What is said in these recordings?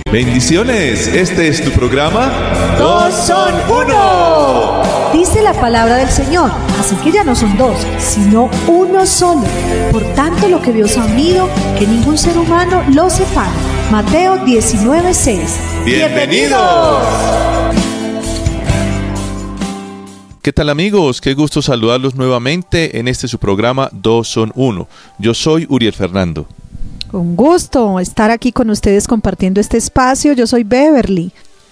Bendiciones, este es tu programa Dos son uno. Dice la palabra del Señor, así que ya no son dos, sino uno solo. Por tanto, lo que Dios ha unido, que ningún ser humano lo separe. Mateo 19:6. ¡Bienvenidos! ¿Qué tal, amigos? Qué gusto saludarlos nuevamente en este su programa Dos son uno. Yo soy Uriel Fernando. Un gusto estar aquí con ustedes compartiendo este espacio. Yo soy Beverly.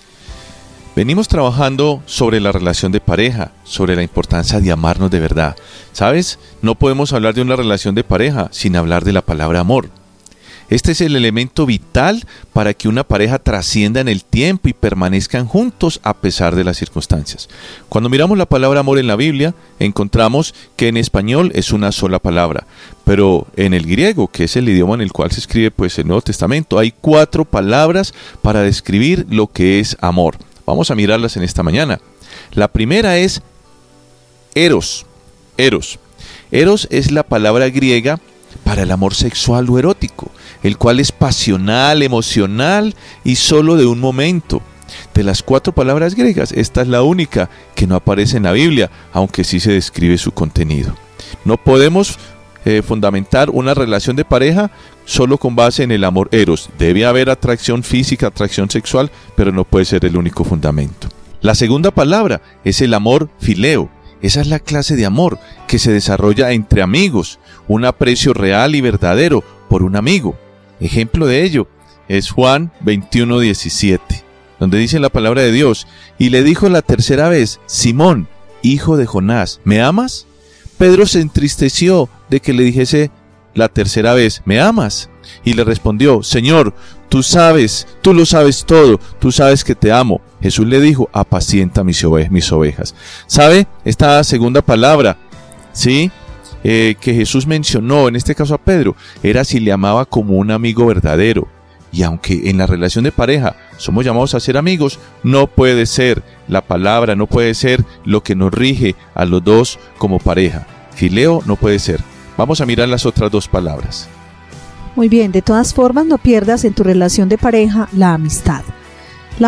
Venimos trabajando sobre la relación de pareja, sobre la importancia de amarnos de verdad. ¿Sabes? No podemos hablar de una relación de pareja sin hablar de la palabra amor. Este es el elemento vital para que una pareja trascienda en el tiempo y permanezcan juntos a pesar de las circunstancias. Cuando miramos la palabra amor en la Biblia, encontramos que en español es una sola palabra, pero en el griego, que es el idioma en el cual se escribe el Nuevo Testamento, hay 4 palabras para describir lo que es amor. Vamos a mirarlas en esta mañana. La primera es eros. Eros es la palabra griega para el amor sexual o erótico, el cual es pasional, emocional y solo de un momento. De las 4 palabras griegas, esta es la única que no aparece en la Biblia, aunque sí se describe su contenido. No podemos fundamentar una relación de pareja solo con base en el amor eros. Debe haber atracción física, atracción sexual, pero no puede ser el único fundamento. La segunda palabra es el amor fileo. Esa es la clase de amor que se desarrolla entre amigos, un aprecio real y verdadero por un amigo. Ejemplo de ello es Juan 21:17, donde dice la palabra de Dios: y le dijo la tercera vez: Simón, hijo de Jonás, ¿me amas? Pedro se entristeció de que le dijese la tercera vez: ¿me amas? Y le respondió: Señor, tú lo sabes todo, tú sabes que te amo. Jesús le dijo: apacienta mis ovejas. ¿Sabe? Esta segunda palabra, ¿sí?, que Jesús mencionó, en este caso a Pedro, era si le amaba como un amigo verdadero. Y aunque en la relación de pareja somos llamados a ser amigos, no puede ser la palabra, no puede ser lo que nos rige a los dos como pareja. Fileo no puede ser. Vamos a mirar las otras 2 palabras. Muy bien, de todas formas no pierdas en tu relación de pareja la amistad. La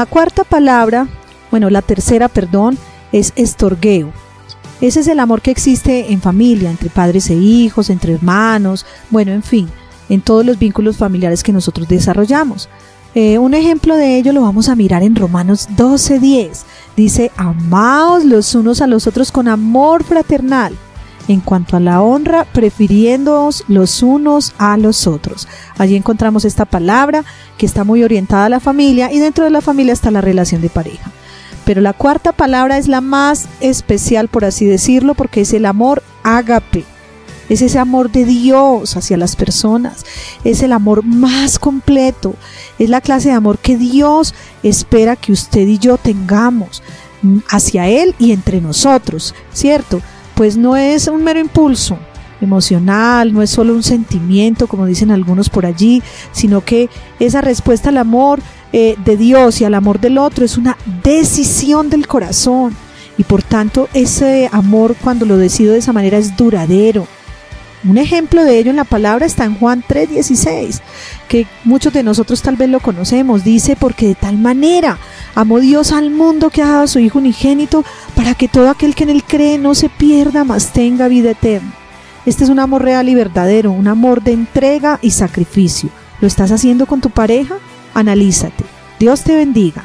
tercera, es estorgueo. Ese es el amor que existe en familia, entre padres e hijos, entre hermanos, en fin, en todos los vínculos familiares que nosotros desarrollamos. Un ejemplo de ello lo vamos a mirar en Romanos 12:10. Dice: amaos los unos a los otros con amor fraternal. En cuanto a la honra, prefiriéndoos los unos a los otros. Allí encontramos esta palabra que está muy orientada a la familia, y dentro de la familia está la relación de pareja. Pero la 4ª palabra es la más especial, por así decirlo, porque es el amor ágape. Es ese amor de Dios hacia las personas. Es el amor más completo. Es la clase de amor que Dios espera que usted y yo tengamos hacia Él y entre nosotros, ¿cierto? Pues no es un mero impulso emocional, no es solo un sentimiento, como dicen algunos por allí, sino que esa respuesta al amor de Dios y al amor del otro es una decisión del corazón, y por tanto ese amor, cuando lo decido de esa manera, es duradero. Un ejemplo de ello en la palabra está en Juan 3:16, que muchos de nosotros tal vez lo conocemos. Dice: porque de tal manera amó Dios al mundo que ha dado a su Hijo unigénito, para que todo aquel que en él cree no se pierda, mas tenga vida eterna. Este es un amor real y verdadero, un amor de entrega y sacrificio. ¿Lo estás haciendo con tu pareja? Analízate. Dios te bendiga.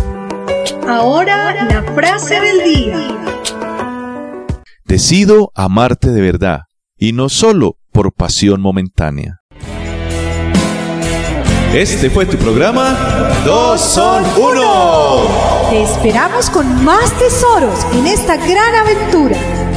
Ahora la frase del día. Decido amarte de verdad, y no solo por pasión momentánea. Este fue tu programa Dos son uno. Te esperamos con más tesoros en esta gran aventura.